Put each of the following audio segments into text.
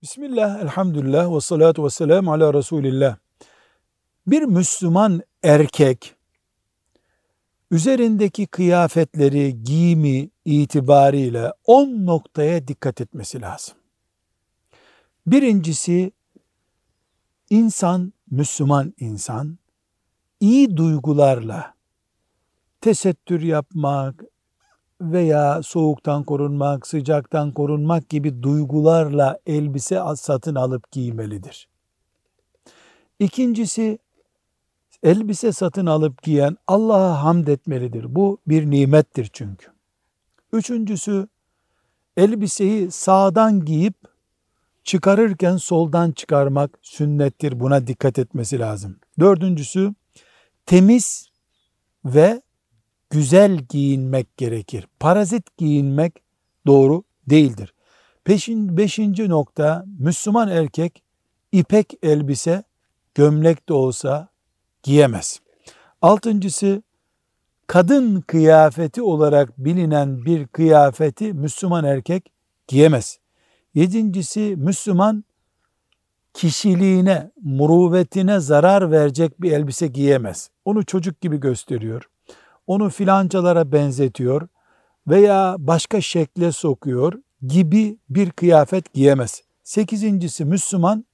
Bismillah, elhamdülillah ve salatu ve selamu ala Resulillah. Bir Müslüman erkek üzerindeki kıyafetleri, giyimi itibariyle 10 noktaya dikkat etmesi lazım. Birincisi, Müslüman insan iyi duygularla tesettür yapmak veya soğuktan korunmak, sıcaktan korunmak gibi duygularla elbise satın alıp giymelidir. İkincisi, elbise satın alıp giyen Allah'a hamd etmelidir. Bu bir nimettir çünkü. Üçüncüsü, elbiseyi sağdan giyip çıkarırken soldan çıkarmak sünnettir. Buna dikkat etmesi lazım. Dördüncüsü, temiz ve güzel giyinmek gerekir. Parazit giyinmek doğru değildir. Beşinci nokta, Müslüman erkek ipek elbise, gömlek de olsa giyemez. Altıncısı, kadın kıyafeti olarak bilinen bir kıyafeti Müslüman erkek giyemez. Yedincisi, Müslüman kişiliğine, muruvvetine zarar verecek bir elbise giyemez. Onu çocuk gibi gösteriyor, onu filancalara benzetiyor veya başka şekle sokuyor gibi bir kıyafet giyemez. Sekizincisi, Müslüman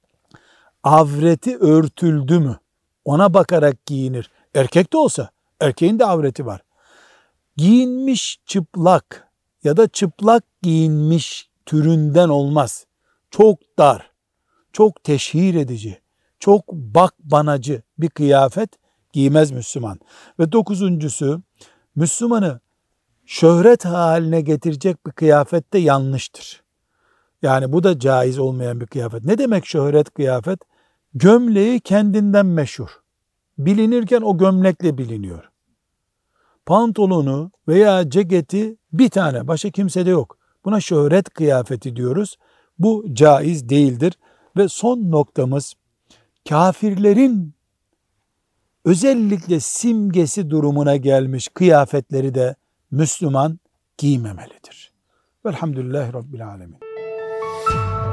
avreti örtüldü mü ona bakarak giyinir. Erkek de olsa erkeğin de avreti var. Giyinmiş çıplak ya da çıplak giyinmiş türünden olmaz. Çok dar, çok teşhir edici, çok bakbanacı bir kıyafet giymez Müslüman. Ve dokuzuncusu, Müslümanı şöhret haline getirecek bir kıyafet de yanlıştır. Yani bu da caiz olmayan bir kıyafet. Ne demek şöhret kıyafet? Gömleği kendinden meşhur. Bilinirken o gömlekle biliniyor. Pantolonu veya ceketi bir tane, başka kimsede yok. Buna şöhret kıyafeti diyoruz. Bu caiz değildir. Ve son noktamız, kafirlerin özellikle simgesi durumuna gelmiş kıyafetleri de Müslüman giymemelidir. Velhamdülillahi Rabbil Alemin.